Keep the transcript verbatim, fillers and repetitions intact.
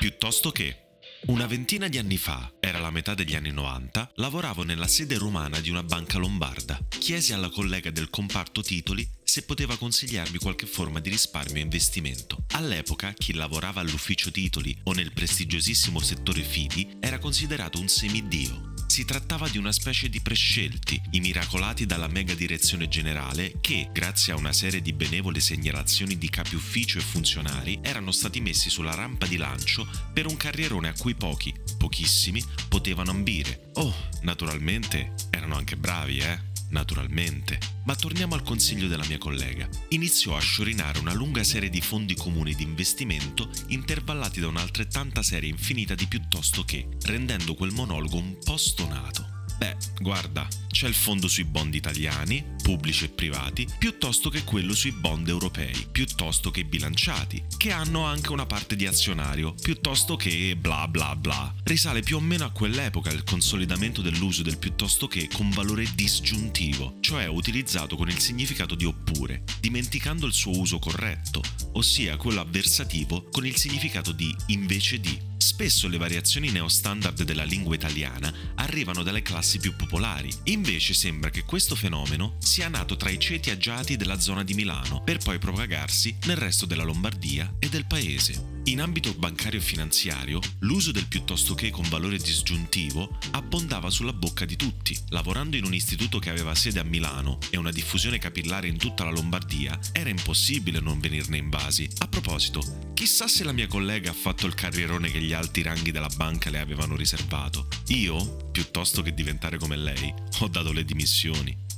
Piuttosto che. Una ventina di anni fa, era la metà degli anni novanta, lavoravo nella sede romana di una banca lombarda. Chiesi alla collega del comparto titoli se poteva consigliarmi qualche forma di risparmio e investimento. All'epoca, chi lavorava all'ufficio titoli o nel prestigiosissimo settore fidi era considerato un semidio. Si trattava di una specie di prescelti, i miracolati dalla mega direzione generale che, grazie a una serie di benevole segnalazioni di capi ufficio e funzionari, erano stati messi sulla rampa di lancio per un carrierone a cui pochi, pochissimi, potevano ambire. Oh, naturalmente, erano anche bravi, eh? Naturalmente. Ma torniamo al consiglio della mia collega. Iniziò a sciorinare una lunga serie di fondi comuni di investimento intervallati da un'altrettanta serie infinita di piuttosto che, rendendo quel monologo un po' stonato. Beh, guarda, c'è il fondo sui bond italiani, pubblici e privati, piuttosto che quello sui bond europei, piuttosto che bilanciati, che hanno anche una parte di azionario, piuttosto che bla bla bla. Risale più o meno a quell'epoca il consolidamento dell'uso del piuttosto che con valore disgiuntivo, cioè utilizzato con il significato di oppure, dimenticando il suo uso corretto, ossia quello avversativo con il significato di invece di. Spesso le variazioni neostandard della lingua italiana arrivano dalle classi più popolari, invece sembra che questo fenomeno sia nato tra i ceti agiati della zona di Milano, per poi propagarsi nel resto della Lombardia e del paese. In ambito bancario e finanziario, l'uso del piuttosto che con valore disgiuntivo abbondava sulla bocca di tutti. Lavorando in un istituto che aveva sede a Milano e una diffusione capillare in tutta la Lombardia, era impossibile non venirne invasi. A proposito, chissà se la mia collega ha fatto il carrierone che gli alti ranghi della banca le avevano riservato. Io, piuttosto che diventare come lei, ho dato le dimissioni.